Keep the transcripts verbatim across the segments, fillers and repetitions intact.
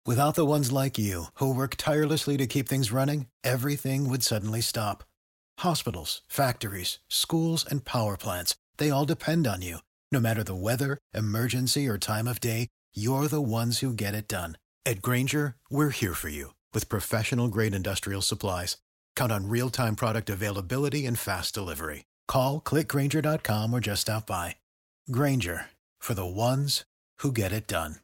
Without the ones like you, who work tirelessly to keep things running, everything would suddenly stop. Hospitals, factories, schools, and power plants, they all depend on you. No matter the weather, emergency, or time of day, you're the ones who get it done. At Grainger, we're here for you with professional-grade industrial supplies. Count on real-time product availability and fast delivery. Call, click grainger dot com, or just stop by. Grainger, for the ones who get it done.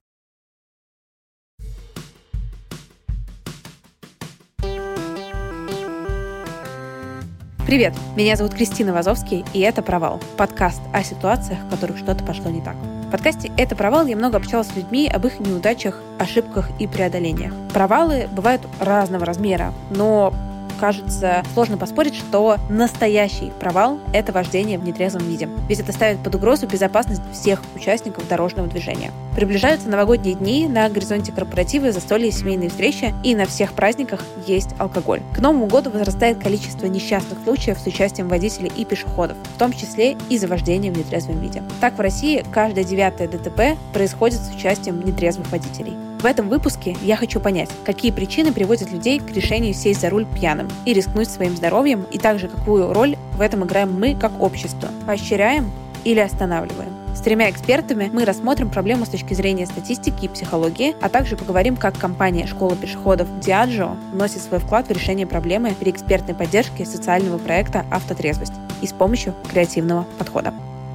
Привет, меня зовут Кристина Вазовский, и это «Провал» – подкаст о ситуациях, в которых что-то пошло не так. В подкасте «Это провал» я много общалась с людьми об их неудачах, ошибках и преодолениях. Провалы бывают разного размера, но, кажется, сложно поспорить, что настоящий провал – это вождение в нетрезвом виде. Ведь это ставит под угрозу безопасность всех участников дорожного движения. Приближаются новогодние дни, на горизонте корпоративы, застолья и семейные встречи, и на всех праздниках есть алкоголь. К Новому году возрастает количество несчастных случаев с участием водителей и пешеходов, в том числе и за вождение в нетрезвом виде. Так, в России каждое девятое ДТП происходит с участием нетрезвых водителей. В этом выпуске я хочу понять, какие причины приводят людей к решению сесть за руль пьяным и рискнуть своим здоровьем, и также какую роль в этом играем мы как общество. Поощряем или останавливаем? С тремя экспертами мы рассмотрим проблему с точки зрения статистики и психологии, а также поговорим, как компания «Школа пешеходов» Diageo вносит свой вклад в решение проблемы при экспертной поддержке социального проекта «Автотрезвость» и с помощью креативного подхода.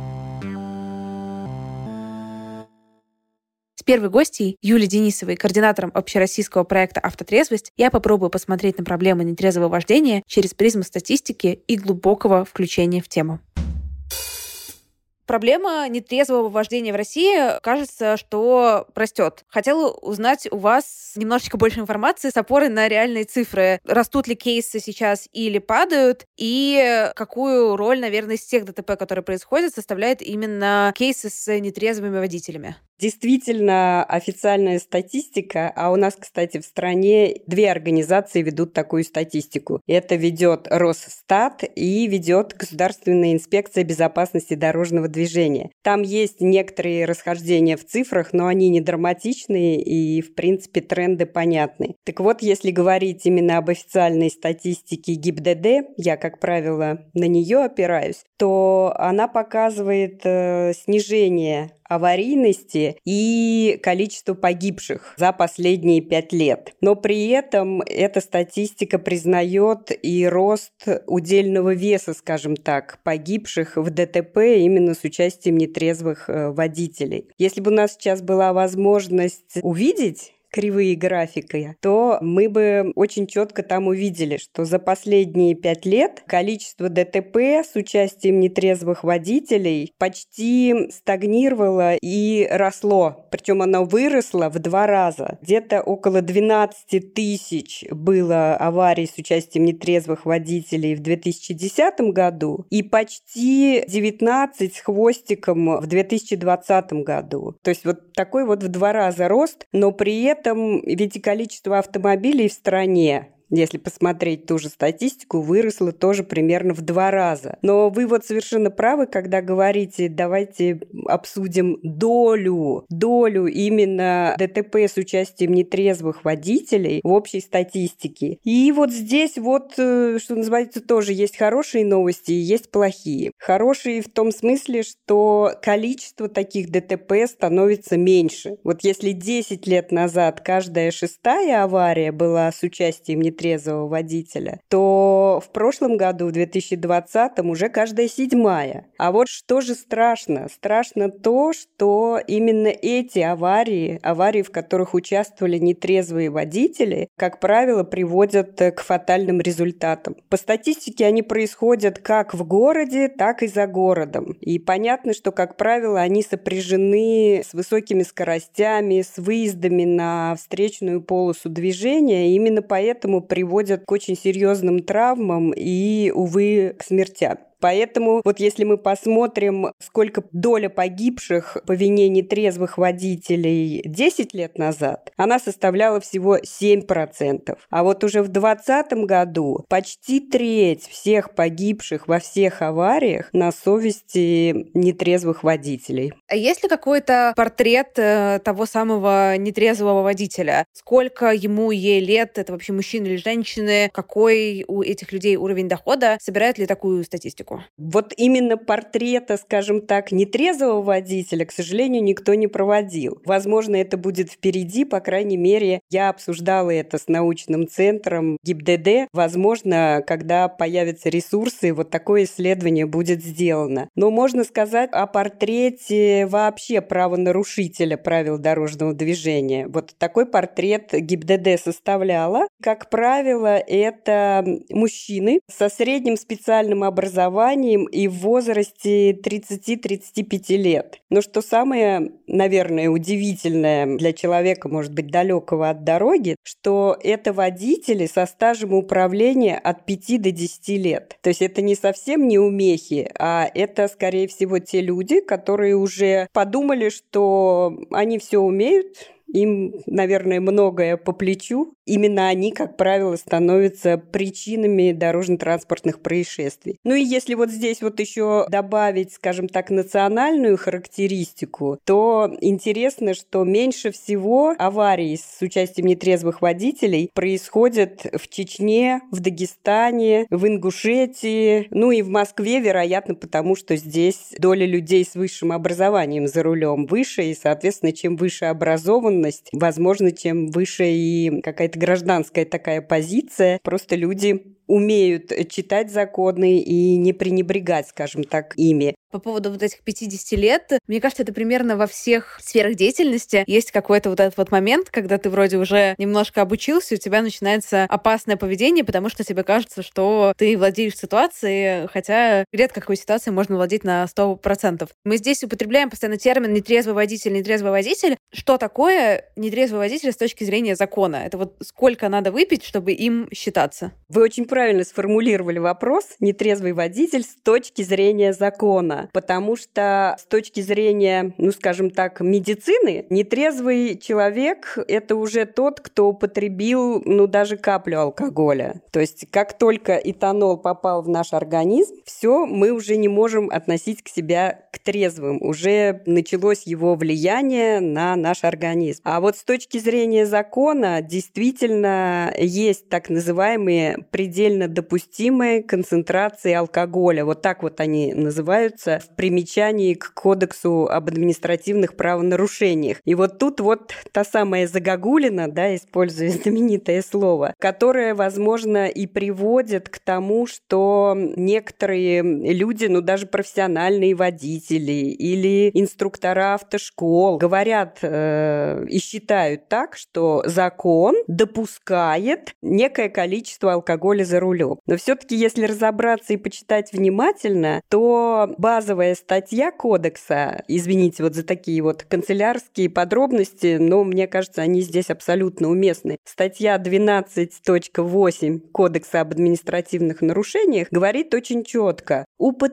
С первой гостьей, Юлией Денисовой, координатором общероссийского проекта «Автотрезвость», я попробую посмотреть на проблемы нетрезвого вождения через призму статистики и глубокого включения в тему. Проблема нетрезвого вождения в России, кажется, что растет. Хотела узнать у вас немножечко больше информации с опорой на реальные цифры. Растут ли кейсы сейчас или падают? И какую роль, наверное, из всех ДТП, которые происходят, составляет именно кейсы с нетрезвыми водителями? Действительно, официальная статистика, а у нас, кстати, в стране две организации ведут такую статистику. Это ведет Росстат и ведет Государственная инспекция безопасности дорожного движения. Там есть некоторые расхождения в цифрах, но они не драматичные и, в принципе, тренды понятны. Так вот, если говорить именно об официальной статистике ГИБДД, я, как правило, на нее опираюсь, то она показывает э, снижение аварийности и количество погибших за последние пять лет. Но при этом эта статистика признает и рост удельного веса, скажем так, погибших в ДТП именно с участием нетрезвых водителей. Если бы у нас сейчас была возможность увидеть кривые графики, то мы бы очень четко там увидели, что за последние пять лет количество ДТП с участием нетрезвых водителей почти стагнировало и росло. Причем оно выросло в два раза. Где-то около двенадцать тысяч было аварий с участием нетрезвых водителей в две тысячи десятом году и почти девятнадцать с хвостиком в две тысячи двадцатом году. То есть вот такой вот в два раза рост, но при этом ведь и количество автомобилей в стране, если посмотреть ту же статистику, выросло тоже примерно в два раза. Но вы вот совершенно правы, когда говорите, давайте обсудим долю, долю именно ДТП с участием нетрезвых водителей в общей статистике. И вот здесь вот, что называется, тоже есть хорошие новости и есть плохие. Хорошие в том смысле, что количество таких ДТП становится меньше. Вот если десять лет назад каждая шестая авария была с участием нетрезвых трезвого водителя, то в прошлом году, в две тысячи двадцатом, уже каждая седьмая. А вот что же страшно? Страшно то, что именно эти аварии, аварии, в которых участвовали нетрезвые водители, как правило, приводят к фатальным результатам. По статистике они происходят как в городе, так и за городом. И понятно, что, как правило, они сопряжены с высокими скоростями, с выездами на встречную полосу движения. И именно поэтому приводят к очень серьезным травмам и, увы, к смертям. Поэтому вот если мы посмотрим, сколько доля погибших по вине нетрезвых водителей десять лет назад, она составляла всего семь процентов. А вот уже в двадцатом году почти треть всех погибших во всех авариях на совести нетрезвых водителей. А есть ли какой-то портрет э, того самого нетрезвого водителя? Сколько ему, ей лет? Это вообще мужчины или женщины? Какой у этих людей уровень дохода? Собирают ли такую статистику? Вот именно портрета, скажем так, нетрезвого водителя, к сожалению, никто не проводил. Возможно, это будет впереди, по крайней мере, я обсуждала это с научным центром ГИБДД. Возможно, когда появятся ресурсы, вот такое исследование будет сделано. Но можно сказать о портрете вообще правонарушителя правил дорожного движения. Вот такой портрет ГИБДД составляла. Как правило, это мужчины со средним специальным образованием и в возрасте тридцать-тридцать пять лет. Но что самое, наверное, удивительное для человека, может быть, далекого от дороги, что это водители со стажем управления от пяти до десяти лет. То есть это не совсем неумехи, а это, скорее всего, те люди, которые уже подумали, что они все умеют, им, наверное, многое по плечу. Именно они, как правило, становятся причинами дорожно-транспортных происшествий. Ну и если вот здесь вот еще добавить, скажем так, национальную характеристику, то интересно, что меньше всего аварий с участием нетрезвых водителей происходят в Чечне, в Дагестане, в Ингушетии, ну и в Москве, вероятно, потому что здесь доля людей с высшим образованием за рулем выше, и, соответственно, чем выше образованность, возможно, чем выше и какая-то гражданская такая позиция. Просто люди умеют читать законы и не пренебрегать, скажем так, ими. По поводу вот этих пятидесяти лет, мне кажется, это примерно во всех сферах деятельности есть какой-то вот этот вот момент, когда ты вроде уже немножко обучился, у тебя начинается опасное поведение, потому что тебе кажется, что ты владеешь ситуацией, хотя редко какой ситуацией можно владеть на сто процентов. Мы здесь употребляем постоянно термин «нетрезвый водитель», «нетрезвый водитель». Что такое нетрезвый водитель с точки зрения закона? Это вот сколько надо выпить, чтобы им считаться? Вы очень правильно сформулировали вопрос «нетрезвый водитель с точки зрения закона», потому что с точки зрения, ну, скажем так, медицины, нетрезвый человек – это уже тот, кто употребил, ну, даже каплю алкоголя. То есть как только этанол попал в наш организм, все, мы уже не можем относить к себя к трезвым. Уже началось его влияние на наш организм. А вот с точки зрения закона действительно есть так называемые предельно допустимые концентрации алкоголя. Вот так вот они называются в примечании к Кодексу об административных правонарушениях. И вот тут вот та самая загогулина, да, используя знаменитое слово, которое, возможно, и приводит к тому, что некоторые люди, ну даже профессиональные водители или инструктора автошкол говорят э, и считают так, что закон допускает некое количество алкоголя за рулем. Но все-таки, если разобраться и почитать внимательно, то базовая статья кодекса, извините вот за такие вот канцелярские подробности, но мне кажется, они здесь абсолютно уместны. Статья двенадцать точка восемь Кодекса об административных нарушениях говорит очень четко: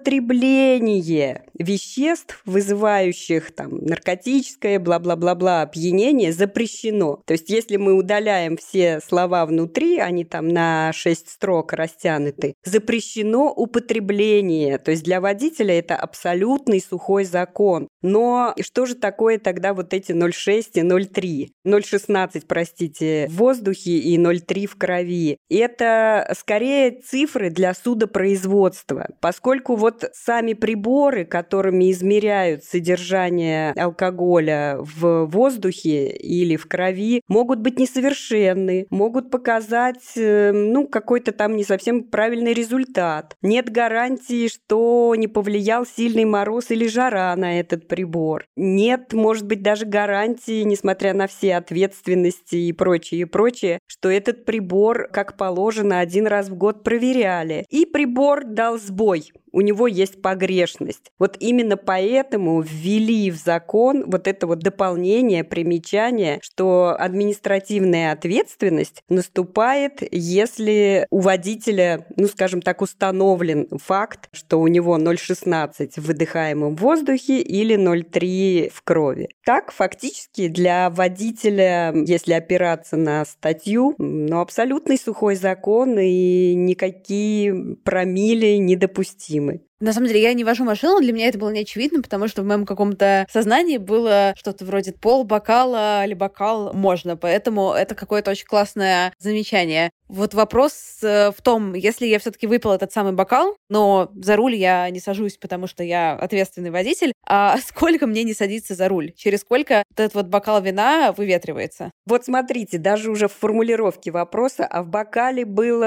употребление веществ, вызывающих там наркотическое, бла-бла-бла-бла, опьянение, запрещено. То есть, если мы удаляем все слова внутри, они там на шесть строк растянуты, запрещено употребление. То есть для водителя это абсолютный сухой закон. Но что же такое тогда вот эти ноль целых шесть и ноль целых три? ноль целых шестнадцать, простите, в воздухе и ноль целых три в крови. Это скорее цифры для судопроизводства, поскольку вот сами приборы, которыми измеряют содержание алкоголя в воздухе или в крови, могут быть несовершенны, могут показать, ну, какой-то там не совсем правильный результат. Нет гарантии, что не повлиял сильный мороз или жара на этот прибор. Нет, может быть, даже гарантии, несмотря на все ответственности и прочее, и прочее, что этот прибор, как положено, один раз в год проверяли. И прибор дал сбой. у него есть погрешность. Вот именно поэтому ввели в закон вот это вот дополнение, примечание, что административная ответственность наступает, если у водителя, ну, скажем так, установлен факт, что у него ноль целых шестнадцать в выдыхаемом воздухе или ноль целых три в крови. Так, фактически для водителя, если опираться на статью, ну, абсолютный сухой закон и никакие промилле недопустимы. На самом деле, я не вожу машину, для меня это было неочевидно, потому что в моем каком-то сознании было что-то вроде пол бокала или бокал можно, поэтому это какое-то очень классное замечание. Вот вопрос в том, если я все-таки выпила этот самый бокал, но за руль я не сажусь, потому что я ответственный водитель, а сколько мне не садиться за руль? Через сколько этот вот бокал вина выветривается? Вот смотрите, даже уже в формулировке вопроса, а в бокале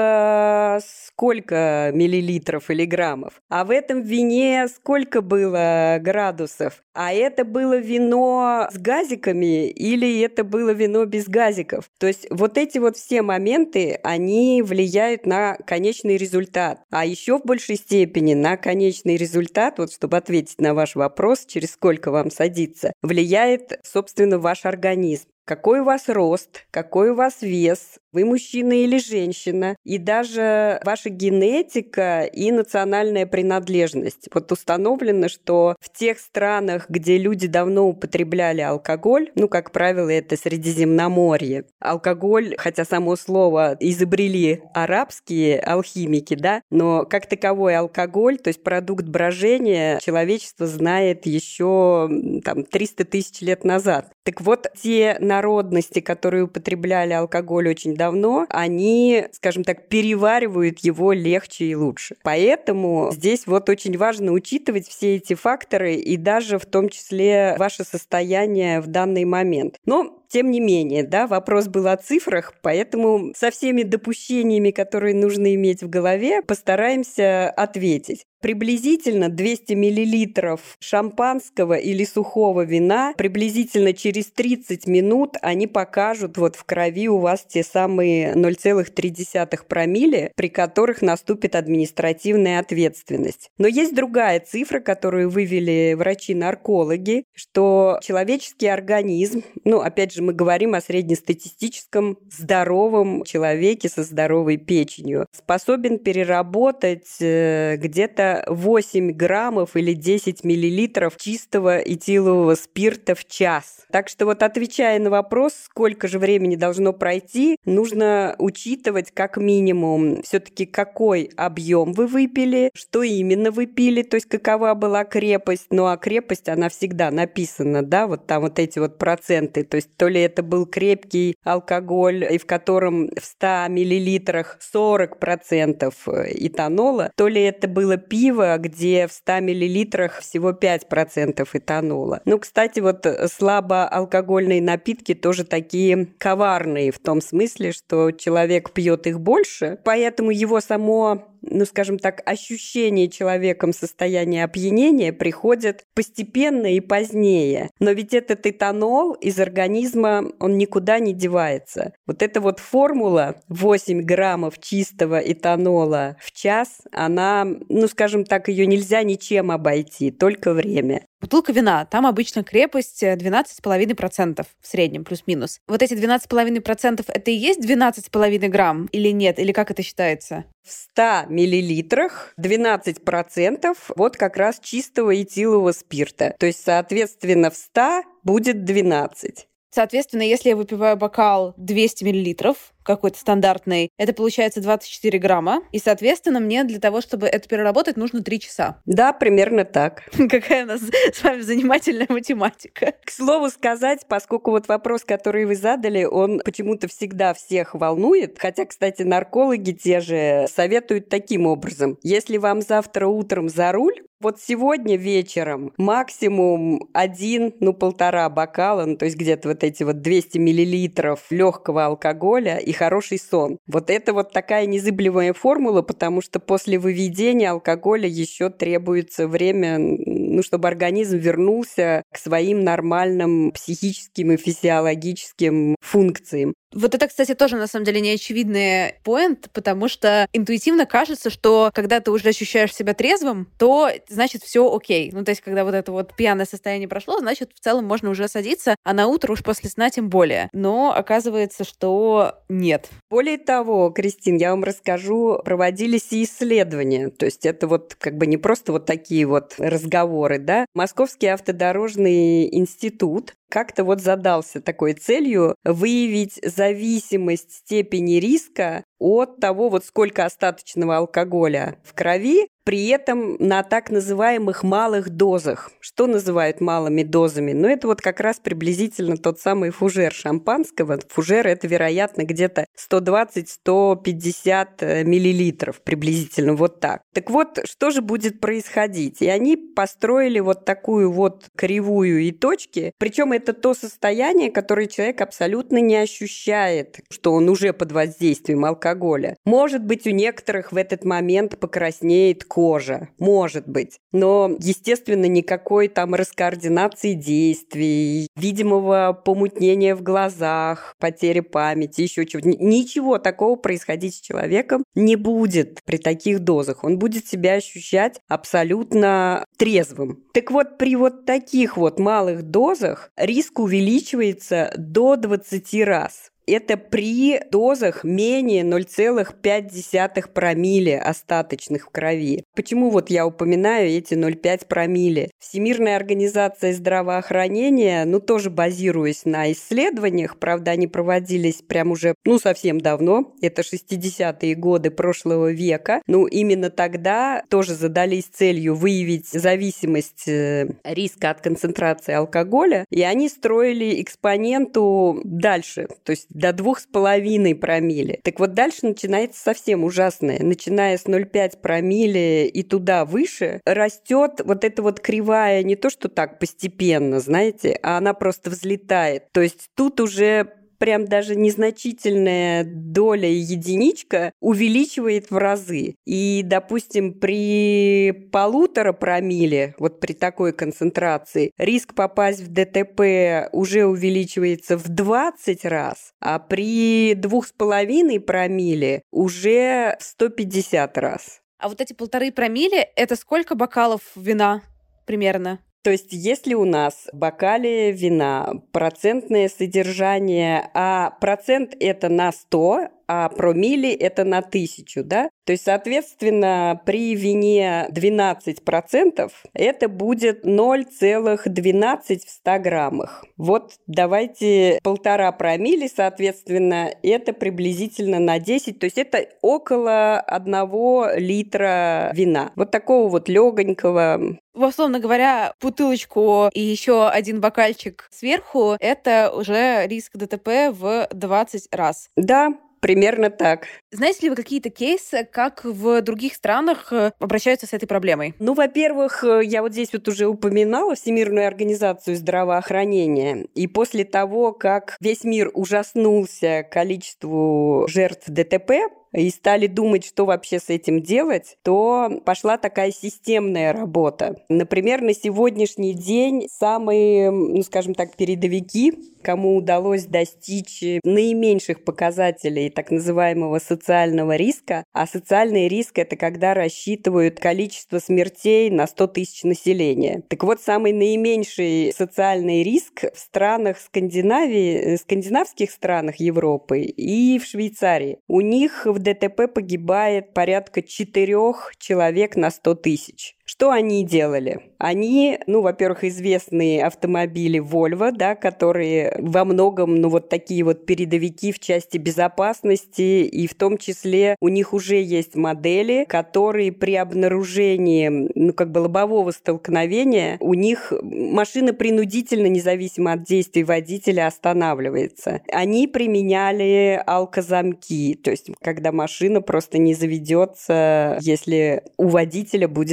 было сколько миллилитров или граммов? А в этом вине сколько было градусов? А это было вино с газиками или это было вино без газиков? То есть вот эти вот все моменты, они влияют на конечный результат. А еще в большей степени на конечный результат, вот чтобы ответить на ваш вопрос, через сколько вам садиться, влияет, собственно, ваш организм. Какой у вас рост, какой у вас вес, вы мужчина или женщина, и даже ваша генетика и национальная принадлежность. Вот установлено, что в тех странах, где люди давно употребляли алкоголь, ну, как правило, это Средиземноморье, алкоголь, хотя само слово изобрели арабские алхимики, да, но как таковой алкоголь, то есть продукт брожения, человечество знает еще там триста тысяч лет назад. Так вот, те народности, которые употребляли алкоголь очень давно, они, скажем так, переваривают его легче и лучше. Поэтому здесь вот очень важно учитывать все эти факторы и даже в том числе ваше состояние в данный момент. Но тем не менее, да, вопрос был о цифрах, поэтому со всеми допущениями, которые нужно иметь в голове, постараемся ответить. Приблизительно двести миллилитров шампанского или сухого вина, приблизительно через тридцать минут они покажут вот в крови у вас те самые ноль целых три десятых промилле, при которых наступит административная ответственность. Но есть другая цифра, которую вывели врачи-наркологи, что человеческий организм, ну, опять же, мы говорим о среднестатистическом здоровом человеке со здоровой печенью, способен переработать э, где-то восемь граммов или десять миллилитров чистого этилового спирта в час. Так что вот отвечая на вопрос, сколько же времени должно пройти, нужно учитывать как минимум все-таки какой объем вы выпили, что именно вы пили, то есть какова была крепость. Ну а крепость, она всегда написана, да, вот там вот эти вот проценты, то есть то ли это был крепкий алкоголь, и в котором в ста миллилитрах сорок процентов этанола, то ли это было пиво, где в ста миллилитрах всего пять процентов этанола. Ну, кстати, вот слабоалкогольные напитки тоже такие коварные в том смысле, что человек пьет их больше, поэтому его само, ну, скажем так, ощущение человеком состояния опьянения приходит постепенно и позднее. Но ведь этот этанол из организма, он никуда не девается. Вот эта вот формула восемь граммов чистого этанола в час, она, ну, скажем так, ее нельзя ничем обойти, только время. Бутылка вина, там обычно крепость двенадцать целых пять десятых процента в среднем, плюс-минус. Вот эти двенадцать целых пять десятых процента это и есть двенадцать целых пять грамм или нет? Или как это считается? В ста миллилитрах двенадцать процентов вот как раз чистого этилового спирта. То есть, соответственно, в ста будет двенадцать. Соответственно, если я выпиваю бокал двести миллилитров, какой-то стандартный, это получается двадцать четыре грамма. И, соответственно, мне для того, чтобы это переработать, нужно три часа. Да, примерно так. Какая у нас с вами занимательная математика. К слову сказать, поскольку вот вопрос, который вы задали, он почему-то всегда всех волнует, хотя, кстати, наркологи те же советуют таким образом. Если вам завтра утром за руль, вот сегодня вечером максимум один, ну, полтора бокала, ну, то есть где-то вот эти вот двести миллилитров легкого алкоголя и хороший сон. Вот это вот такая незыблемая формула, потому что после выведения алкоголя еще требуется время, ну, чтобы организм вернулся к своим нормальным психическим и физиологическим функциям. Вот это, кстати, тоже, на самом деле, неочевидный поинт, потому что интуитивно кажется, что когда ты уже ощущаешь себя трезвым, то, значит, все окей. Ну, то есть, когда вот это вот пьяное состояние прошло, значит, в целом можно уже садиться, а на утро уж после сна тем более. Но оказывается, что нет. Более того, Кристин, я вам расскажу, проводились и исследования. То есть это вот как бы не просто вот такие вот разговоры, да. Московский автодорожный институт как-то вот задался такой целью выявить зависимость степени риска от того, вот сколько остаточного алкоголя в крови, при этом на так называемых малых дозах. Что называют малыми дозами? Ну, это вот как раз приблизительно тот самый фужер шампанского. Фужер – это, вероятно, где-то сто двадцать - сто пятьдесят миллилитров, приблизительно вот так. Так вот, что же будет происходить? И они построили вот такую вот кривую и точки, причем это то состояние, которое человек абсолютно не ощущает, что он уже под воздействием алкоголя. Может быть, у некоторых в этот момент покраснеет кожа, может быть. Но, естественно, никакой там раскоординации действий, видимого помутнения в глазах, потери памяти, еще чего-то. Ничего такого происходить с человеком не будет при таких дозах. Он будет себя ощущать абсолютно трезвым. Так вот, при вот таких вот малых дозах риск увеличивается до двадцати раз. Это при дозах менее ноль целых пять десятых промилле остаточных в крови. Почему вот я упоминаю эти ноль целых пять промилле? Всемирная организация здравоохранения, ну тоже базируясь на исследованиях, правда, они проводились прям уже, ну совсем давно, это шестидесятые годы прошлого века, ну именно тогда тоже задались целью выявить зависимость риска от концентрации алкоголя, и они строили экспоненту дальше, то есть до двух с половиной промилле. Так вот дальше начинается совсем ужасное. Начиная с ноль целых пять промилле и туда выше, растет вот эта вот кривая не то, что так постепенно, знаете, а она просто взлетает. То есть тут уже прям даже незначительная доля единичка увеличивает в разы. И, допустим, при полутора промилле, вот при такой концентрации, риск попасть в ДТП уже увеличивается в двадцать раз, а при двух с половиной промилле уже в сто пятьдесят раз. А вот эти полторы промилле — это сколько бокалов вина примерно? То есть если у нас в бокале вина процентное содержание, а процент это на сто, а промилле это на тысячу, да? То есть, соответственно, при вине двенадцать процентов это будет ноль целых двенадцать в ста граммах. Вот давайте полтора промилле, соответственно, это приблизительно на десять, то есть это около одного литра вина. Вот такого вот легонького. Условно говоря, бутылочку и еще один бокальчик сверху — это уже риск ДТП в двадцать раз. Да. Примерно так. Знаете ли вы какие-то кейсы, как в других странах обращаются с этой проблемой? Ну, во-первых, я вот здесь вот уже упоминала Всемирную организацию здравоохранения. И после того, как весь мир ужаснулся количеству жертв ДТП, и стали думать, что вообще с этим делать, то пошла такая системная работа. Например, на сегодняшний день самые, ну, скажем так, передовики, кому удалось достичь наименьших показателей так называемого социального риска, а социальный риск – это когда рассчитывают количество смертей на сто тысяч населения. Так вот, самый наименьший социальный риск в странах Скандинавии, скандинавских странах Европы и в Швейцарии. У них в ДТП погибает порядка четырех человек на сто тысяч. Что они делали? Они, ну, во-первых, известные автомобили Volvo, да, которые во многом, ну, вот такие вот передовики в части безопасности, и в том числе у них уже есть модели, которые при обнаружении, ну, как бы лобового столкновения, у них машина принудительно, независимо от действий водителя, останавливается. Они применяли алкозамки, то есть когда машина просто не заведется, если у водителя будет обнаружена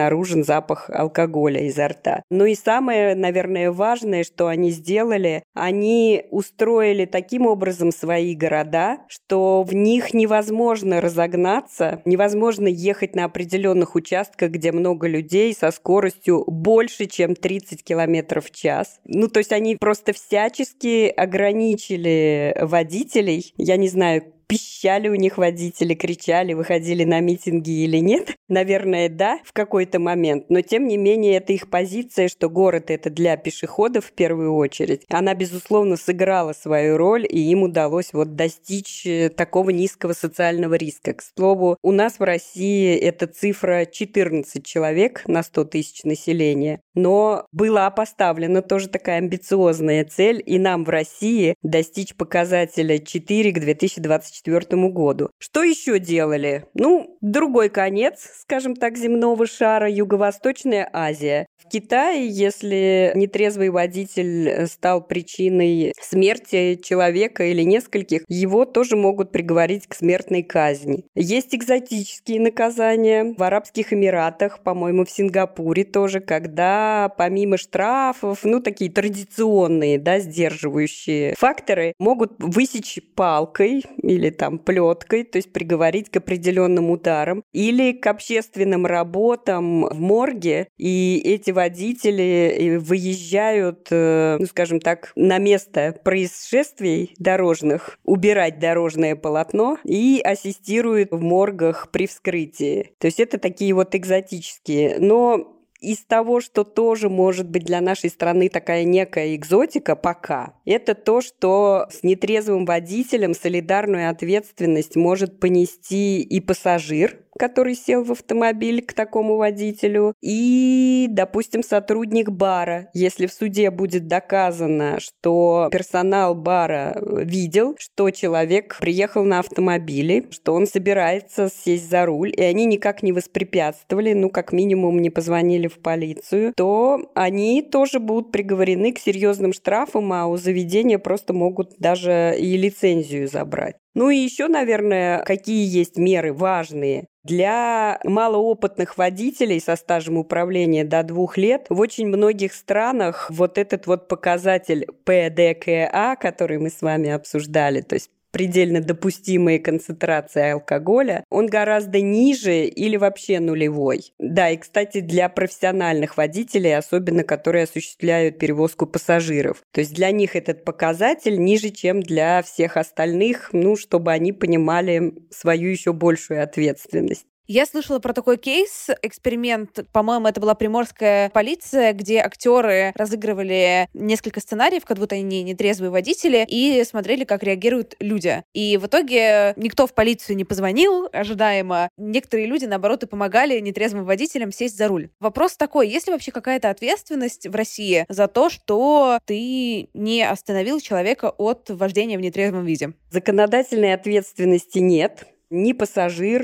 обнаружен запах алкоголя изо рта. Ну и самое, наверное, важное, что они сделали, они устроили таким образом свои города, что в них невозможно разогнаться, невозможно ехать на определенных участках, где много людей, со скоростью больше, чем тридцать километров в час. Ну, то есть они просто всячески ограничили водителей. Я не знаю, пищали у них водители, кричали, выходили на митинги или нет? Наверное, да, в какой-то момент. Но, тем не менее, это их позиция, что город — это для пешеходов в первую очередь. Она, безусловно, сыграла свою роль, и им удалось вот достичь такого низкого социального риска. К слову, у нас в России эта цифра четырнадцать человек на сто тысяч населения. Но была поставлена тоже такая амбициозная цель, и нам в России достичь показателя четыре к две тысячи двадцать четвёртому году. Что еще делали? Ну, другой конец, скажем так, земного шара, Юго-Восточная Азия. В Китае, если нетрезвый водитель стал причиной смерти человека или нескольких, его тоже могут приговорить к смертной казни. Есть экзотические наказания. В Арабских Эмиратах, по-моему, в Сингапуре тоже, когда помимо штрафов, ну, такие традиционные, да, сдерживающие факторы, могут высечь палкой или там плеткой, то есть приговорить к определенным ударам, или к общественным работам в морге, и эти водители выезжают, ну, скажем так, на место происшествий дорожных, убирать дорожное полотно и ассистируют в моргах при вскрытии. То есть это такие вот экзотические. Но из того, что тоже может быть для нашей страны такая некая экзотика пока, это то, что с нетрезвым водителем солидарную ответственность может понести и пассажир, который сел в автомобиль к такому водителю, и, допустим, сотрудник бара. Если в суде будет доказано, что персонал бара видел, что человек приехал на автомобиле, что он собирается сесть за руль, и они никак не воспрепятствовали, ну, как минимум, не позвонили в полицию, то они тоже будут приговорены к серьезным штрафам, а у заведения просто могут даже и лицензию забрать. Ну и еще, наверное, какие есть меры важные. Для малоопытных водителей со стажем управления до двух лет в очень многих странах вот этот вот показатель пэ дэ ка а, который мы с вами обсуждали, то есть предельно допустимые концентрации алкоголя, он гораздо ниже или вообще нулевой. Да, и, кстати, для профессиональных водителей, особенно которые осуществляют перевозку пассажиров. То есть для них этот показатель ниже, чем для всех остальных, ну, чтобы они понимали свою еще большую ответственность. Я слышала про такой кейс, эксперимент, по-моему, это была приморская полиция, где актеры разыгрывали несколько сценариев, как будто они нетрезвые водители, и смотрели, как реагируют люди. И в итоге никто в полицию не позвонил, ожидаемо. Некоторые люди, наоборот, и помогали нетрезвым водителям сесть за руль. Вопрос такой, есть ли вообще какая-то ответственность в России за то, что ты не остановил человека от вождения в нетрезвом виде? Законодательной ответственности нет. Ни пассажир,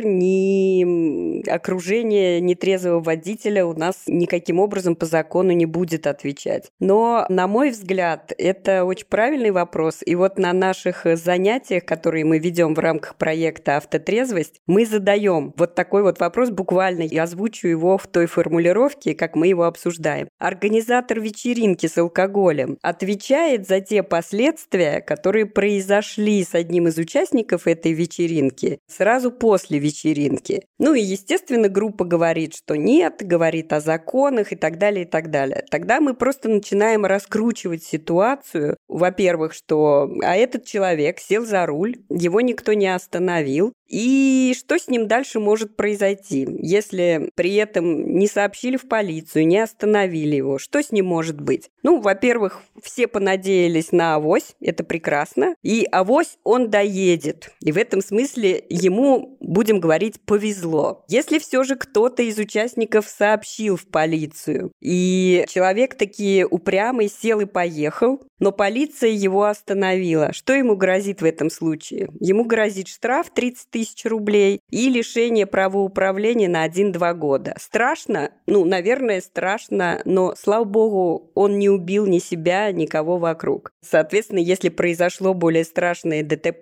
ни окружение нетрезвого водителя у нас никаким образом по закону не будет отвечать. Но, на мой взгляд, это очень правильный вопрос. И вот на наших занятиях, которые мы ведем в рамках проекта «Автотрезвость», мы задаем вот такой вот вопрос буквально. Я озвучу его в той формулировке, как мы его обсуждаем. Организатор вечеринки с алкоголем отвечает за те последствия, которые произошли с одним из участников этой вечеринки сразу после вечеринки. Ну и, естественно, группа говорит, что нет, говорит о законах и так далее, и так далее. Тогда мы просто начинаем раскручивать ситуацию. Во-первых, что а этот человек сел за руль, его никто не остановил. И что с ним дальше может произойти, если при этом не сообщили в полицию, не остановили его? Что с ним может быть? Ну, во-первых, все понадеялись на авось, это прекрасно, и авось он доедет. И в этом смысле ему, будем говорить, повезло. Если все же кто-то из участников сообщил в полицию, и человек таки упрямый сел и поехал, но полиция его остановила, что ему грозит в этом случае? Ему грозит штраф тридцать тысяч рублей и лишение права управления на один-два года. Страшно? Ну, наверное, страшно, но, слава богу, он не убил ни себя, никого вокруг. Соответственно, если произошло более страшное ДТП,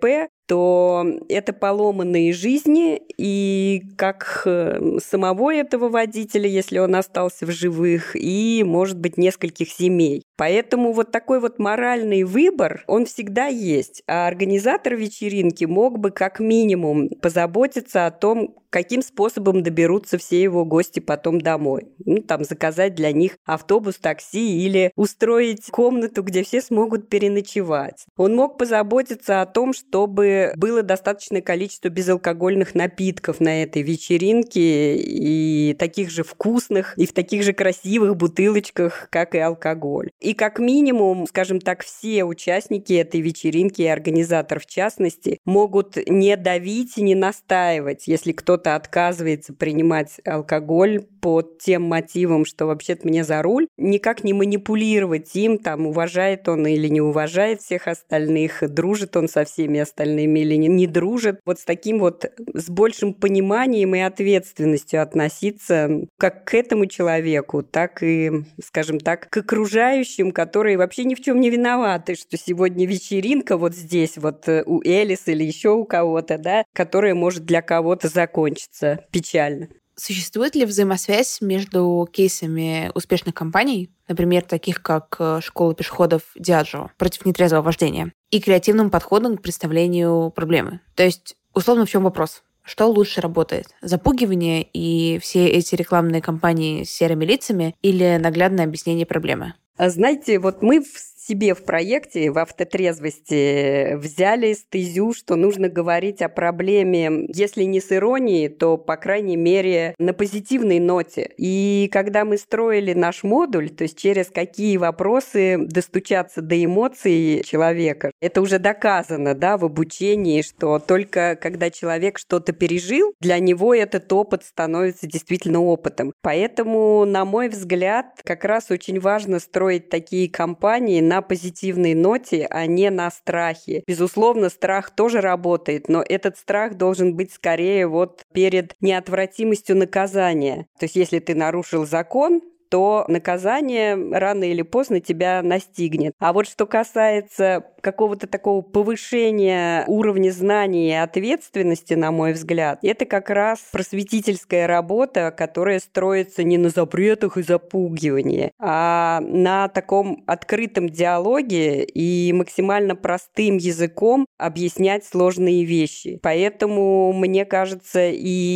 то это поломанные жизни, и как самого этого водителя, если он остался в живых, и, может быть, нескольких семей. Поэтому вот такой вот моральный выбор, он всегда есть. А организатор вечеринки мог бы как минимум позаботиться о том, каким способом доберутся все его гости потом домой. Ну, там, заказать для них автобус, такси или устроить комнату, где все смогут переночевать. Он мог позаботиться о том, чтобы было достаточное количество безалкогольных напитков на этой вечеринке и таких же вкусных, и в таких же красивых бутылочках, как и алкоголь. И как минимум, скажем так, все участники этой вечеринки, и организатор в частности, могут не давить и не настаивать, если кто-то отказывается принимать алкоголь под тем мотивом, что вообще-то мне за руль, никак не манипулировать им, там, уважает он или не уважает всех остальных, дружит он со всеми остальными или не, не дружит. Вот с таким вот, с большим пониманием и ответственностью относиться как к этому человеку, так и, скажем так, к окружающим, которые вообще ни в чем не виноваты, что сегодня вечеринка вот здесь, вот у Элис или еще у кого-то, да, которая может для кого-то закончиться печально. Существует ли взаимосвязь между кейсами успешных компаний, например, таких как школа пешеходов Diageo против нетрезвого вождения, и креативным подходом к представлению проблемы? То есть, условно, в чем вопрос? Что лучше работает? Запугивание и все эти рекламные кампании с серыми лицами или наглядное объяснение проблемы? Знаете, вот мы в себе в проекте в автотрезвости взяли стезю, что нужно говорить о проблеме, если не с иронией, то, по крайней мере, на позитивной ноте. И когда мы строили наш модуль, то есть через какие вопросы достучаться до эмоций человека, это уже доказано, да, в обучении, что только когда человек что-то пережил, для него этот опыт становится действительно опытом. Поэтому, на мой взгляд, как раз очень важно строить такие кампании на позитивной ноте, а не на страхе. Безусловно, страх тоже работает, но этот страх должен быть скорее вот перед неотвратимостью наказания. То есть если ты нарушил закон, то наказание рано или поздно тебя настигнет. А вот что касается какого-то такого повышения уровня знаний и ответственности, на мой взгляд, это как раз просветительская работа, которая строится не на запретах и запугивании, а на таком открытом диалоге и максимально простым языком объяснять сложные вещи. Поэтому, мне кажется,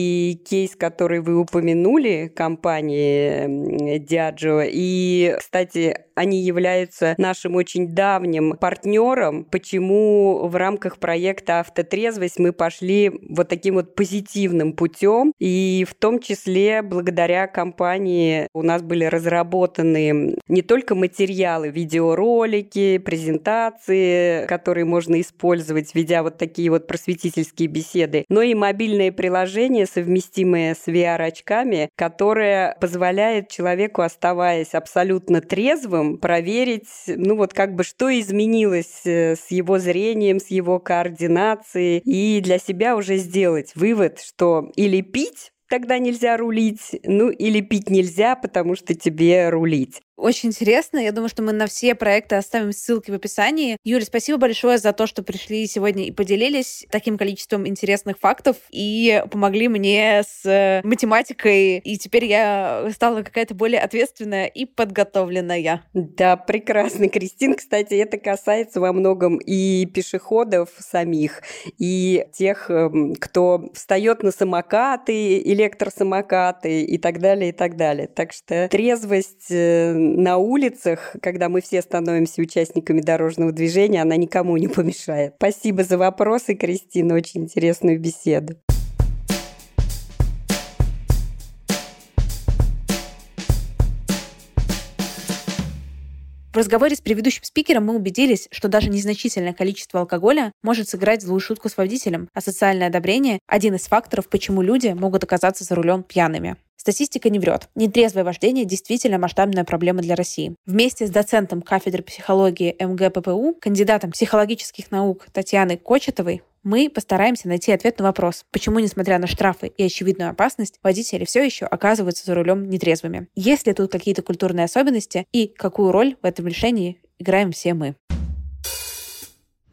и кейс, который вы упомянули, компании Diageo, и, кстати, они являются нашим очень давним партнером, почему в рамках проекта «Автотрезвость» мы пошли вот таким вот позитивным путем, и в том числе благодаря компании у нас были разработаны не только материалы, видеоролики, презентации, которые можно использовать, ведя вот такие вот просветительские беседы, но и мобильное приложение, совместимое с ви ар-очками, которое позволяет человеку, оставаясь абсолютно трезвым, проверить, ну вот как бы что изменилось с его зрением, с его координацией, и для себя уже сделать вывод, что или пить, тогда нельзя рулить, ну или пить нельзя, потому что тебе рулить. Очень интересно. Я думаю, что мы на все проекты оставим ссылки в описании. Юля, спасибо большое за то, что пришли сегодня и поделились таким количеством интересных фактов и помогли мне с математикой. И теперь я стала какая-то более ответственная и подготовленная. Да, прекрасно, Кристин. Кстати, это касается во многом и пешеходов самих, и тех, кто встает на самокаты, электросамокаты и так далее, и так далее. Так что трезвость на улицах, когда мы все становимся участниками дорожного движения, она никому не помешает. Спасибо за вопросы, Кристина, очень интересную беседу. В разговоре с предыдущим спикером мы убедились, что даже незначительное количество алкоголя может сыграть злую шутку с водителем, а социальное одобрение – один из факторов, почему люди могут оказаться за рулем пьяными. Статистика не врет. Нетрезвое вождение действительно масштабная проблема для России. Вместе с доцентом кафедры психологии эм гэ пэ пэ у, кандидатом психологических наук Татьяной Кочетовой, мы постараемся найти ответ на вопрос, почему, несмотря на штрафы и очевидную опасность, водители все еще оказываются за рулем нетрезвыми. Есть ли тут какие-то культурные особенности и какую роль в этом решении играем все мы?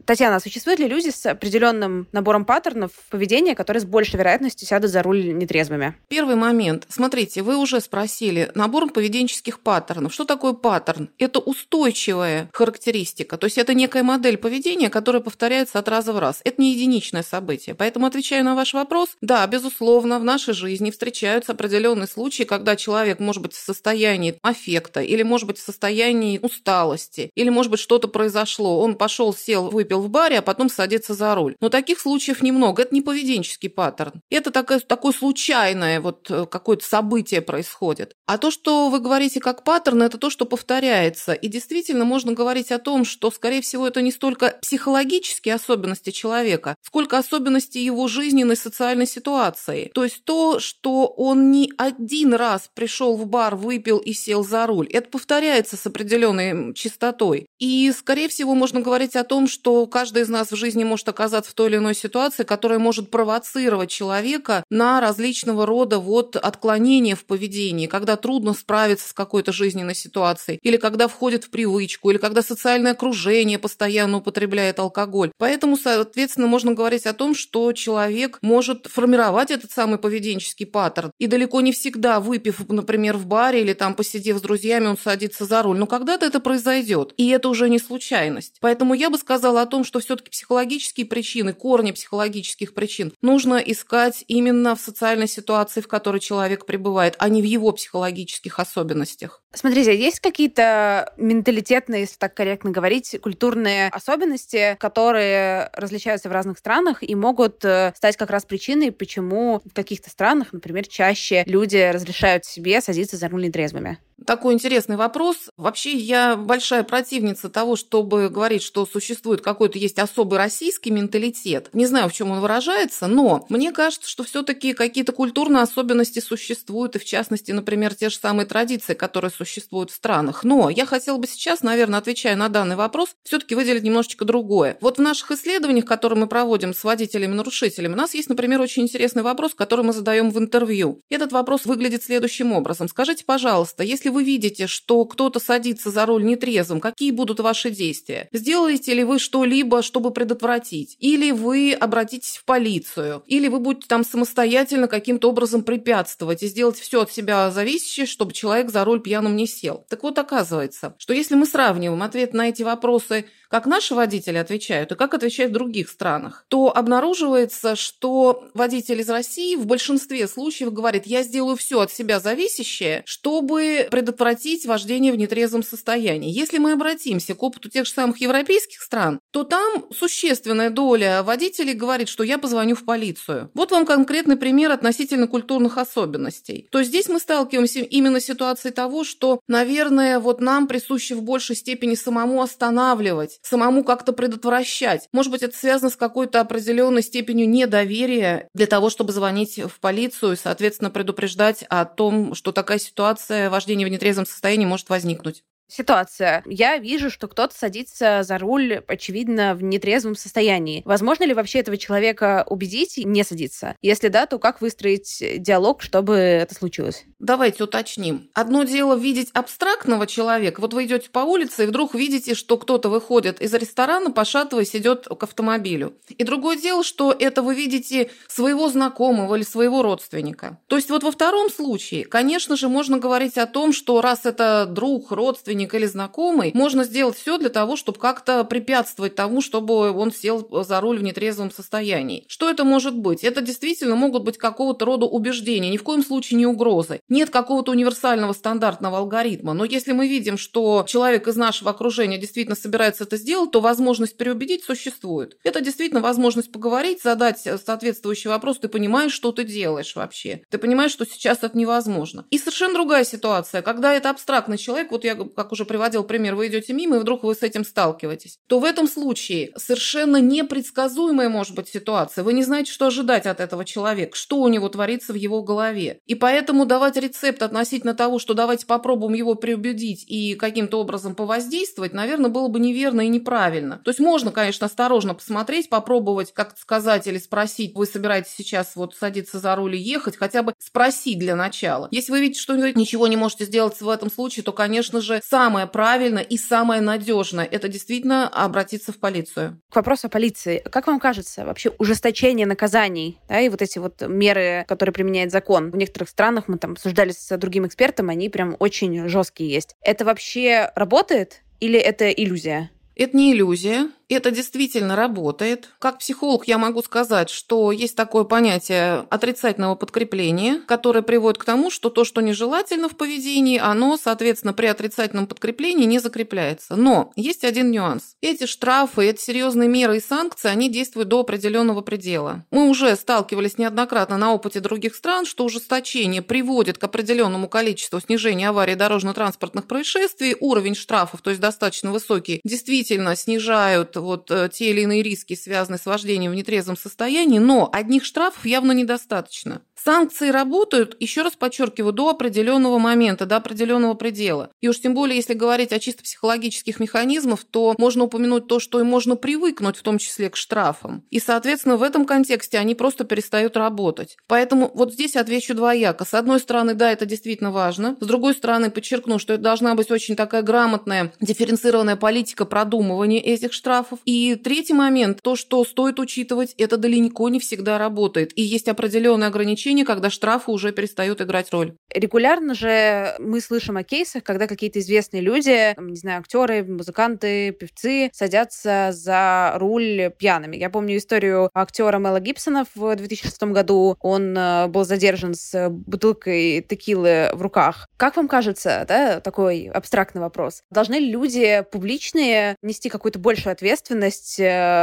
Татьяна, существуют ли люди с определенным набором паттернов поведения, которые с большей вероятностью сядут за руль нетрезвыми? Первый момент. Смотрите, вы уже спросили, набор поведенческих паттернов. Что такое паттерн? Это устойчивая характеристика, то есть это некая модель поведения, которая повторяется от раза в раз. Это не единичное событие. Поэтому, отвечая на ваш вопрос, да, безусловно, в нашей жизни встречаются определенные случаи, когда человек может быть в состоянии аффекта, или может быть в состоянии усталости, или может быть что-то произошло. Он пошел, сел, выпил в баре, а потом садится за руль. Но таких случаев немного. Это не поведенческий паттерн. Это такое, такое случайное вот какое-то событие происходит. А то, что вы говорите как паттерн, это то, что повторяется. И действительно можно говорить о том, что, скорее всего, это не столько психологические особенности человека, сколько особенности его жизненной социальной ситуации. То есть то, что он не один раз пришел в бар, выпил и сел за руль. Это повторяется с определенной частотой. И, скорее всего, можно говорить о том, что каждый из нас в жизни может оказаться в той или иной ситуации, которая может провоцировать человека на различного рода вот отклонения в поведении, когда трудно справиться с какой-то жизненной ситуацией, или когда входит в привычку, или когда социальное окружение постоянно употребляет алкоголь. Поэтому, соответственно, можно говорить о том, что человек может формировать этот самый поведенческий паттерн. И далеко не всегда, выпив, например, в баре или там посидев с друзьями, он садится за руль. Но когда-то это произойдет. И это уже не случайность. Поэтому я бы сказала о том, что все-таки психологические причины, корни психологических причин нужно искать именно в социальной ситуации, в которой человек пребывает, а не в его психологических особенностях. Смотрите, есть какие-то менталитетные, если так корректно говорить, культурные особенности, которые различаются в разных странах и могут стать как раз причиной, почему в каких-то странах, например, чаще люди разрешают себе садиться за руль нетрезвыми? Такой интересный вопрос. Вообще, я большая противница того, чтобы говорить, что существует какой-то есть особый российский менталитет. Не знаю, в чем он выражается, но мне кажется, что все-таки какие-то культурные особенности существуют, и в частности, например, те же самые традиции, которые существуют в странах. Но я хотела бы сейчас, наверное, отвечая на данный вопрос, все-таки выделить немножечко другое. Вот в наших исследованиях, которые мы проводим с водителями-нарушителями, у нас есть, например, очень интересный вопрос, который мы задаем в интервью. Этот вопрос выглядит следующим образом. Скажите, пожалуйста, если вы видите, что кто-то садится за руль нетрезвым, какие будут ваши действия? Сделаете ли вы что-либо, чтобы предотвратить? Или вы обратитесь в полицию? Или вы будете там самостоятельно каким-то образом препятствовать и сделать все от себя зависящее, чтобы человек за руль пьяным не сел? Так вот, оказывается, что если мы сравниваем ответ на эти вопросы, как наши водители отвечают и как отвечают в других странах, то обнаруживается, что водитель из России в большинстве случаев говорит: я сделаю все от себя зависящее, чтобы предотвратить вождение в нетрезвом состоянии. Если мы обратимся к опыту тех же самых европейских стран, то там существенная доля водителей говорит, что я позвоню в полицию. Вот вам конкретный пример относительно культурных особенностей. То есть здесь мы сталкиваемся именно с ситуацией того, что, наверное, вот нам присуще в большей степени самому останавливать, самому как-то предотвращать. Может быть, это связано с какой-то определенной степенью недоверия для того, чтобы звонить в полицию и, соответственно, предупреждать о том, что такая ситуация вождения в нетрезвом состоянии может возникнуть. Ситуация. Я вижу, что кто-то садится за руль, очевидно, в нетрезвом состоянии. Возможно ли вообще этого человека убедить и не садиться? Если да, то как выстроить диалог, чтобы это случилось? Давайте уточним. Одно дело видеть абстрактного человека. Вот вы идете по улице и вдруг видите, что кто-то выходит из ресторана, пошатываясь, идет к автомобилю. И другое дело, что это вы видите своего знакомого или своего родственника. То есть вот во втором случае, конечно же, можно говорить о том, что раз это друг, родственник, или знакомый, можно сделать все для того, чтобы как-то препятствовать тому, чтобы он сел за руль в нетрезвом состоянии. Что это может быть? Это действительно могут быть какого-то рода убеждения, ни в коем случае не угрозы. Нет какого-то универсального стандартного алгоритма, но если мы видим, что человек из нашего окружения действительно собирается это сделать, то возможность переубедить существует. Это действительно возможность поговорить, задать соответствующий вопрос: ты понимаешь, что ты делаешь вообще? Ты понимаешь, что сейчас это невозможно? И совершенно другая ситуация, когда это абстрактный человек, вот я как уже приводил пример, вы идете мимо, и вдруг вы с этим сталкиваетесь, то в этом случае совершенно непредсказуемая может быть ситуация. Вы не знаете, что ожидать от этого человека, что у него творится в его голове. И поэтому давать рецепт относительно того, что давайте попробуем его преубедить и каким-то образом повоздействовать, наверное, было бы неверно и неправильно. То есть можно, конечно, осторожно посмотреть, попробовать как-то сказать или спросить: вы собираетесь сейчас вот садиться за руль и ехать, хотя бы спросить для начала. Если вы видите, что вы ничего не можете сделать в этом случае, то, конечно же, самое правильное и самое надежное – это действительно обратиться в полицию. К вопросу о полиции. Как вам кажется, вообще ужесточение наказаний, да, и вот эти вот меры, которые применяет закон, в некоторых странах, мы там обсуждали с другим экспертом, они прям очень жесткие есть. Это вообще работает или это иллюзия? Это не иллюзия, это действительно работает. Как психолог я могу сказать, что есть такое понятие отрицательного подкрепления, которое приводит к тому, что то, что нежелательно в поведении, оно, соответственно, при отрицательном подкреплении не закрепляется. Но есть один нюанс. Эти штрафы, эти серьезные меры и санкции, они действуют до определенного предела. Мы уже сталкивались неоднократно на опыте других стран, что ужесточение приводит к определенному количеству снижения аварий дорожно-транспортных происшествий, уровень штрафов, то есть достаточно высокий, действительно снижают вот те или иные риски, связанные с вождением в нетрезвом состоянии, но одних штрафов явно недостаточно. Санкции работают, еще раз подчеркиваю, до определенного момента, до определенного предела. И уж тем более, если говорить о чисто психологических механизмах, то можно упомянуть то, что и можно привыкнуть, в том числе к штрафам. И, соответственно, в этом контексте они просто перестают работать. Поэтому вот здесь отвечу двояко. С одной стороны, да, это действительно важно. С другой стороны, подчеркну, что это должна быть очень такая грамотная, дифференцированная политика продумывания этих штрафов. И третий момент, то, что стоит учитывать, это далеко не всегда работает. И есть определенные ограничения, когда штрафы уже перестают играть роль. Регулярно же мы слышим о кейсах, когда какие-то известные люди, не знаю, актеры, музыканты, певцы садятся за руль пьяными. Я помню историю актера Мэла Гибсона в две тысячи шестом году. Он был задержан с бутылкой текилы в руках. Как вам кажется, да, такой абстрактный вопрос, должны ли люди публичные нести какую-то большую ответственность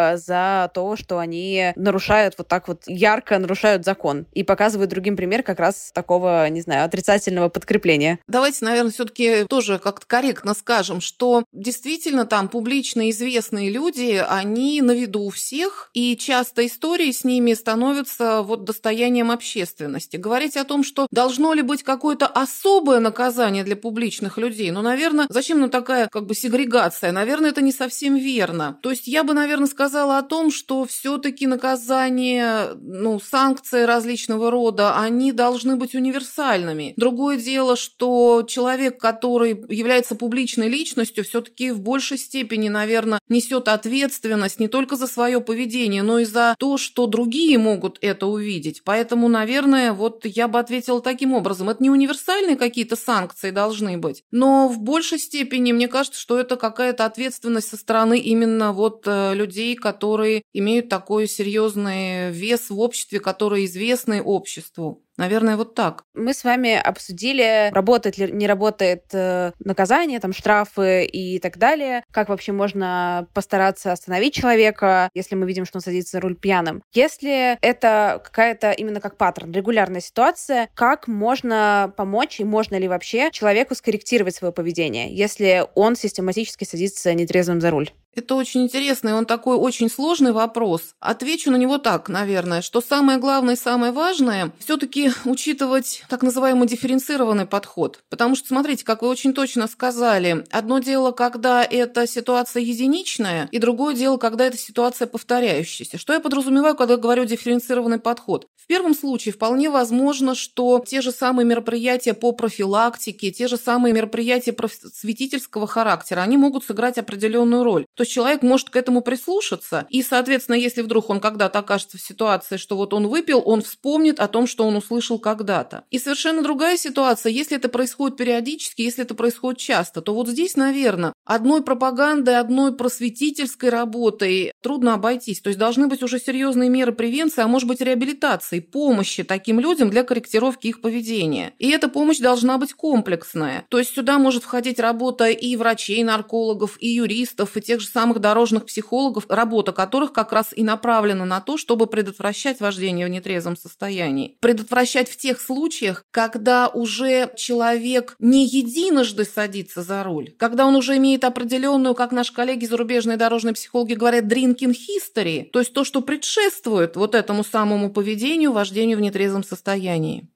за то, что они нарушают вот так вот ярко нарушают закон и показывают другим пример как раз такого, не знаю, отрицательного подкрепления? Давайте, наверное, все-таки тоже как-то корректно скажем, что действительно там публично известные люди, они на виду у всех, и часто истории с ними становятся вот достоянием общественности. Говорить о том, что должно ли быть какое-то особое наказание для публичных людей, ну, наверное, зачем нам такая как бы сегрегация? Наверное, это не совсем верно. То есть я бы, наверное, сказала о том, что все-таки наказание, ну, санкции различного рода, они должны быть универсальными. Другое дело, что человек, который является публичной личностью, все-таки в большей степени, наверное, несет ответственность не только за свое поведение, но и за то, что другие могут это увидеть. Поэтому, наверное, вот я бы ответила таким образом. Это не универсальные какие-то санкции должны быть, но в большей степени, мне кажется, что это какая-то ответственность со стороны именно вот людей, которые имеют такой серьезный вес в обществе, которые известны обществу. Наверное, вот так. Мы с вами обсудили, работает ли, не работает э, наказание, там, штрафы и так далее. Как вообще можно постараться остановить человека, если мы видим, что он садится за руль пьяным. Если это какая-то именно как паттерн, регулярная ситуация, как можно помочь и можно ли вообще человеку скорректировать свое поведение, если он систематически садится нетрезвым за руль? Это очень интересный, он такой очень сложный вопрос. Отвечу на него так, наверное, что самое главное и самое важное все-таки учитывать так называемый дифференцированный подход. Потому что, смотрите, как вы очень точно сказали, одно дело, когда эта ситуация единичная, и другое дело, когда эта ситуация повторяющаяся. Что я подразумеваю, когда говорю дифференцированный подход? В первом случае вполне возможно, что те же самые мероприятия по профилактике, те же самые мероприятия просветительского характера, они могут сыграть определенную роль. То есть человек может к этому прислушаться, и, соответственно, если вдруг он когда-то окажется в ситуации, что вот он выпил, он вспомнит о том, что он услышал когда-то. И совершенно другая ситуация, если это происходит периодически, если это происходит часто, то вот здесь, наверное, одной пропагандой, одной просветительской работой трудно обойтись. То есть должны быть уже серьезные меры превенции, а может быть реабилитации, помощи таким людям для корректировки их поведения. И эта помощь должна быть комплексная. То есть сюда может входить работа и врачей, наркологов, и юристов, и тех же самых дорожных психологов, работа которых как раз и направлена на то, чтобы предотвращать вождение в нетрезвом состоянии. Предотвращать в тех случаях, когда уже человек не единожды садится за руль, когда он уже имеет определенную, как наши коллеги зарубежные дорожные психологи говорят, drinking history, то есть то, что предшествует вот этому самому поведению, вождению в нетрезвом состоянии.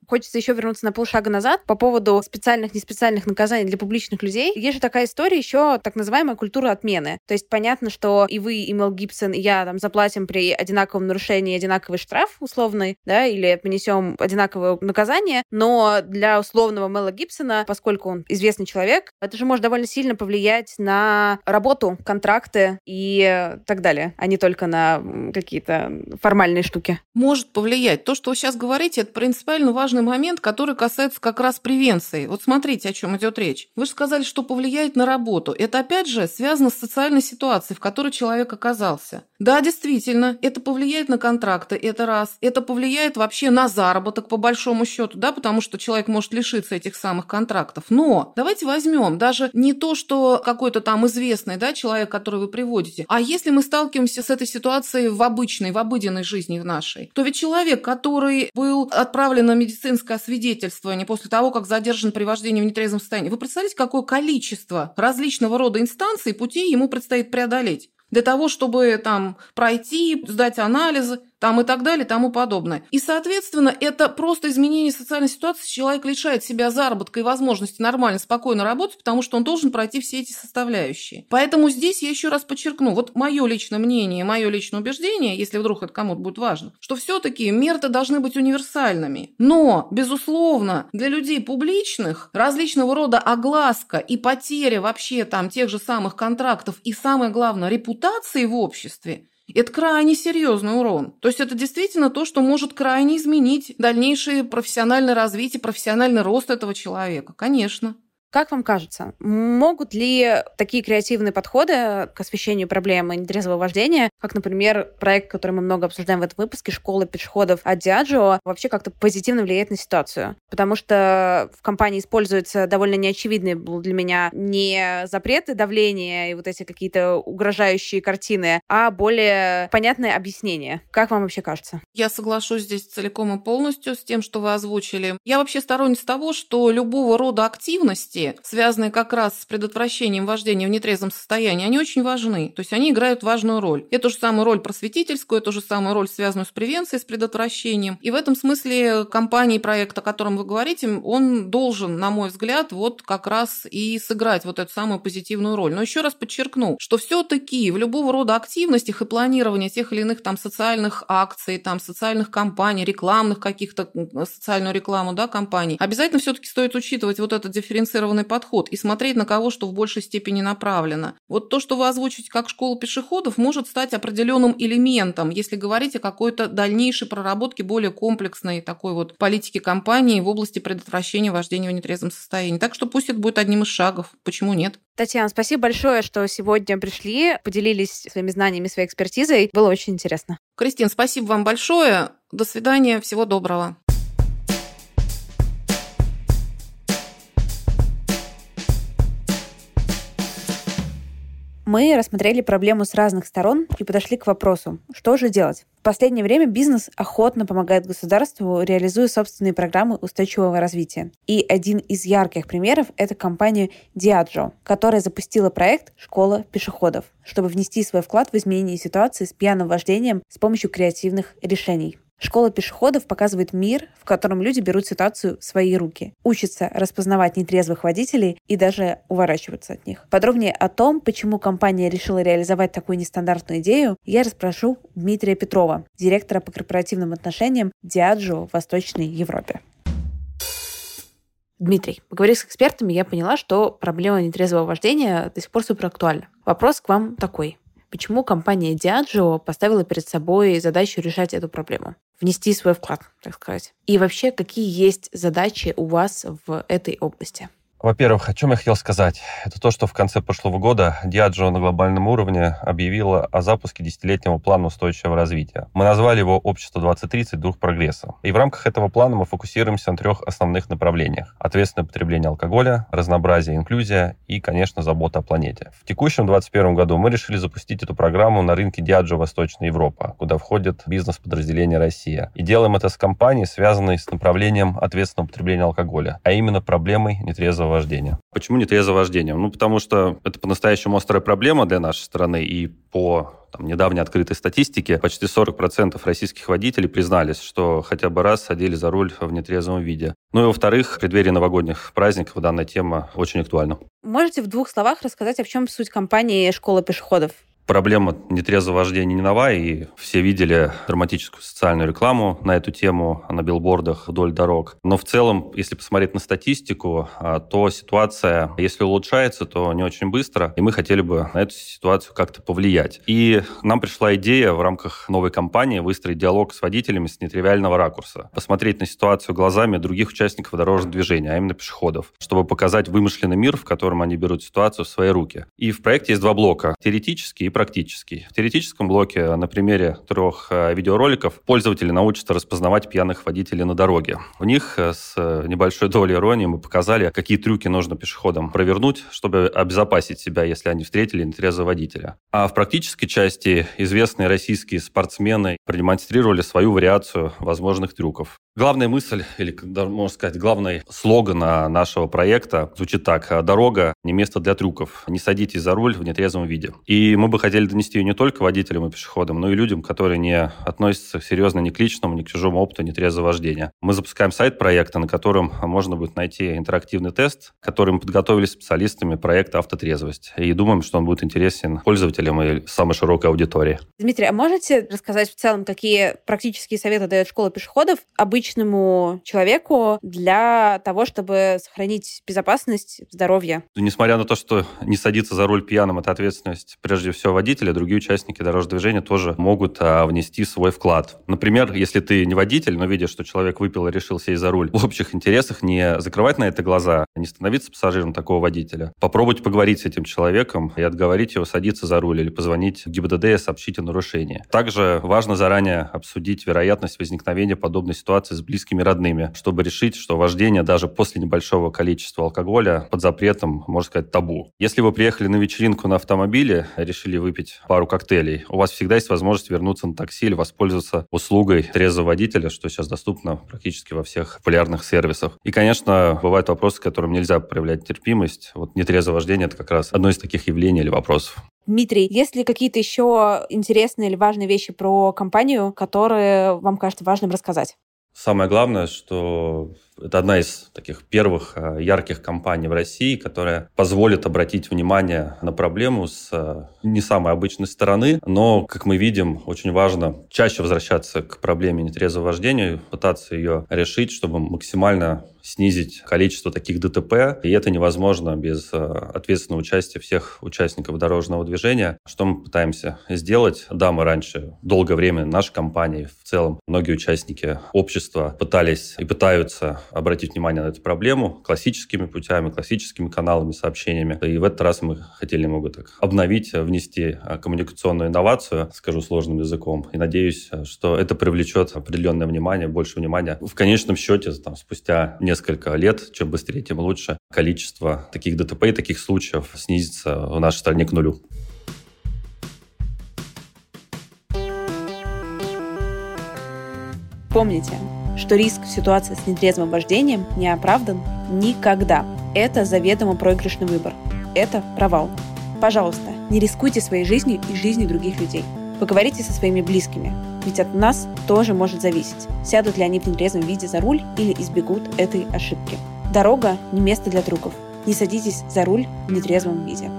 хочется еще вернуться на полшага назад по поводу специальных, неспециальных наказаний для публичных людей. Есть же такая история еще, так называемая культура отмены. То есть понятно, что и вы, и Мел Гибсон, и я там заплатим при одинаковом нарушении одинаковый штраф условный, да, или понесем одинаковое наказание, но для условного Мела Гибсона, поскольку он известный человек, это же может довольно сильно повлиять на работу, контракты и так далее, а не только на какие-то формальные штуки. Может повлиять. То, что вы сейчас говорите, это принципиально важный момент, который касается как раз превенции. Вот смотрите, о чем идет речь. Вы же сказали, что повлияет на работу. Это, опять же, связано с социальной ситуацией, в которой человек оказался. Да, действительно, это повлияет на контракты, это раз. Это повлияет вообще на заработок, по большому счету, да, потому что человек может лишиться этих самых контрактов. Но давайте возьмем даже не то, что какой-то там известный, да, человек, который вы приводите, а если мы сталкиваемся с этой ситуацией в обычной, в обыденной жизни в нашей, то ведь человек, который был отправлен на медицинское освидетельствование после того, как задержан при вождении в нетрезвом состоянии, вы представляете, какое количество различного рода инстанций и путей ему предстоит преодолеть для того, чтобы там пройти, сдать анализы, там и так далее, и тому подобное. И, соответственно, это просто изменение социальной ситуации. Человек лишает себя заработка и возможности нормально, спокойно работать, потому что он должен пройти все эти составляющие. Поэтому здесь я еще раз подчеркну, вот мое личное мнение, мое личное убеждение, если вдруг это кому-то будет важно, что все-таки меры должны быть универсальными. Но, безусловно, для людей публичных различного рода огласка и потеря вообще там тех же самых контрактов и, самое главное, репутации в обществе, это крайне серьезный урон. То есть это действительно то, что может крайне изменить дальнейшее профессиональное развитие, профессиональный рост этого человека. Конечно. Как вам кажется, могут ли такие креативные подходы к освещению проблемы нетрезвого вождения, как, например, проект, который мы много обсуждаем в этом выпуске, «Школа пешеходов» от Diageo, вообще как-то позитивно влиять на ситуацию? Потому что в компании используются довольно неочевидные для меня не запреты давления и вот эти какие-то угрожающие картины, а более понятное объяснение. Как вам вообще кажется? Я соглашусь здесь целиком и полностью с тем, что вы озвучили. Я вообще сторонница того, что любого рода активности, связанные как раз с предотвращением вождения в нетрезвом состоянии, они очень важны. То есть они играют важную роль. Эту же самую роль просветительскую, эту же самую роль, связанную с превенцией, с предотвращением. И в этом смысле компания и проект, о котором вы говорите, он должен, на мой взгляд, вот как раз и сыграть вот эту самую позитивную роль. Но еще раз подчеркну, что все-таки в любого рода активностях и планировании тех или иных там социальных акций, там социальных кампаний, рекламных каких-то, социальную рекламу, да, компаний, обязательно все-таки стоит учитывать вот этот дифференцированный подход и смотреть на кого что в большей степени направлено. Вот то, что вы озвучите как школа пешеходов, может стать определенным элементом, если говорить о какой-то дальнейшей проработке более комплексной такой вот политики компании в области предотвращения вождения в нетрезвом состоянии. Так что пусть это будет одним из шагов. Почему нет? Татьяна, спасибо большое, что сегодня пришли, поделились своими знаниями, своей экспертизой. Было очень интересно. Кристин, спасибо вам большое. До свидания. Всего доброго. Мы рассмотрели проблему с разных сторон и подошли к вопросу, что же делать. В последнее время бизнес охотно помогает государству, реализуя собственные программы устойчивого развития. И один из ярких примеров — это компания Diageo, которая запустила проект «Школа пешеходов», чтобы внести свой вклад в изменение ситуации с пьяным вождением с помощью креативных решений. Школа пешеходов показывает мир, в котором люди берут ситуацию в свои руки, учатся распознавать нетрезвых водителей и даже уворачиваться от них. Подробнее о том, почему компания решила реализовать такую нестандартную идею, я расспрошу Дмитрия Петрова, директора по корпоративным отношениям Diageo в Восточной Европе. Дмитрий, поговорив с экспертами, я поняла, что проблема нетрезвого вождения до сих пор суперактуальна. Вопрос к вам такой. Почему компания Diageo поставила перед собой задачу решать эту проблему? Внести свой вклад, так сказать. И вообще, какие есть задачи у вас в этой области? Во-первых, о чем я хотел сказать, это то, что в конце прошлого года Diageo на глобальном уровне объявила о запуске десятилетнего плана устойчивого развития. Мы назвали его «Общество двадцать тридцать. Дух прогресса». И в рамках этого плана мы фокусируемся на трех основных направлениях. Ответственное потребление алкоголя, разнообразие, инклюзия и, конечно, забота о планете. В текущем двадцать первом году мы решили запустить эту программу на рынке Diageo Восточная Европа, куда входит бизнес-подразделение «Россия». И делаем это с компанией, связанной с направлением ответственного потребления алкоголя, а именно проблемой нетрезвого нетрезвого вождения. Почему нетрезвое вождение? Ну, потому что это по-настоящему острая проблема для нашей страны, и по там, недавней открытой статистике почти сорок процентов российских водителей признались, что хотя бы раз садили за руль в нетрезвом виде. Ну и, во-вторых, в преддверии новогодних праздников данная тема очень актуальна. Можете в двух словах рассказать, в чем суть компании «Школа пешеходов»? Проблема нетрезвого вождения не нова, и все видели драматическую социальную рекламу на эту тему на билбордах вдоль дорог. Но в целом, если посмотреть на статистику, то ситуация, если улучшается, то не очень быстро, и мы хотели бы на эту ситуацию как-то повлиять. И нам пришла идея в рамках новой кампании выстроить диалог с водителями с нетривиального ракурса, посмотреть на ситуацию глазами других участников дорожного движения, а именно пешеходов, чтобы показать вымышленный мир, в котором они берут ситуацию в свои руки. И в проекте есть два блока – теоретический и практический. В теоретическом блоке на примере трех видеороликов пользователи научатся распознавать пьяных водителей на дороге. В них с небольшой долей иронии мы показали, какие трюки нужно пешеходам провернуть, чтобы обезопасить себя, если они встретили нетрезвого водителя. А в практической части известные российские спортсмены продемонстрировали свою вариацию возможных трюков. Главная мысль, или, можно сказать, главный слоган нашего проекта звучит так: «Дорога – не место для трюков. Не садитесь за руль в нетрезвом виде». И мы бы хотели донести ее не только водителям и пешеходам, но и людям, которые не относятся серьезно ни к личному, ни к чужому опыту нетрезвого вождения. Мы запускаем сайт проекта, на котором можно будет найти интерактивный тест, который мы подготовили специалистами проекта «Автотрезвость». И думаем, что он будет интересен пользователям и самой широкой аудитории. Дмитрий, а можете рассказать в целом, какие практические советы дает школа пешеходов обычному человеку для того, чтобы сохранить безопасность, здоровье? Несмотря на то, что не садиться за руль пьяным – это ответственность прежде всего водителя, другие участники дорожного движения тоже могут а, внести свой вклад. Например, если ты не водитель, но видишь, что человек выпил и решил сесть за руль, в общих интересах не закрывать на это глаза, не становиться пассажиром такого водителя. Попробуйте поговорить с этим человеком и отговорить его садиться за руль или позвонить в ГИБДД и сообщить о нарушении. Также важно заранее обсудить вероятность возникновения подобной ситуации с близкими родными, чтобы решить, что вождение даже после небольшого количества алкоголя под запретом, можно сказать, табу. Если вы приехали на вечеринку на автомобиле, решили выпить пару коктейлей, у вас всегда есть возможность вернуться на такси или воспользоваться услугой трезвого водителя, что сейчас доступно практически во всех популярных сервисах. И, конечно, бывают вопросы, к которым нельзя проявлять терпимость. Вот нетрезвое вождение – это как раз одно из таких явлений или вопросов. Дмитрий, есть ли какие-то еще интересные или важные вещи про компанию, которые вам кажется важным рассказать? Самое главное, что это одна из таких первых ярких компаний в России, которая позволит обратить внимание на проблему с не самой обычной стороны, но, как мы видим, очень важно чаще возвращаться к проблеме нетрезвого вождения, пытаться ее решить, чтобы максимально снизить количество таких ДТП. И это невозможно без ответственного участия всех участников дорожного движения. Что мы пытаемся сделать? Да, мы раньше долгое время, наша компания, в целом, многие участники общества пытались и пытаются обратить внимание на эту проблему классическими путями, классическими каналами, сообщениями. И в этот раз мы хотели немного так обновить, внести коммуникационную инновацию, скажу сложным языком, и надеюсь, что это привлечет определенное внимание, больше внимания. В конечном счете, там, спустя несколько лет, чем быстрее, тем лучше, количество таких ДТП и таких случаев снизится в нашей стране к нулю. Помните, что риск в ситуации с нетрезвым вождением не оправдан никогда. Это заведомо проигрышный выбор. Это провал. Пожалуйста, не рискуйте своей жизнью и жизнью других людей. Поговорите со своими близкими, ведь от нас тоже может зависеть, сядут ли они в нетрезвом виде за руль или избегут этой ошибки. Дорога – не место для трюков. Не садитесь за руль в нетрезвом виде.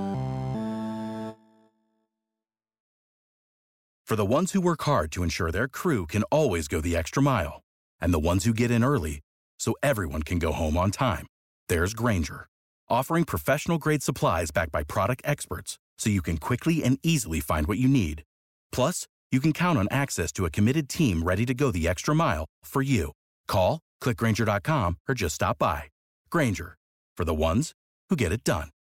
For the ones who work hard to ensure their crew can always go the extra mile, and the ones who get in early so everyone can go home on time, there's Grainger, offering professional-grade supplies backed by product experts so you can quickly and easily find what you need. Plus, you can count on access to a committed team ready to go the extra mile for you. Call, click Grainger dot com, or just stop by. Grainger, for the ones who get it done.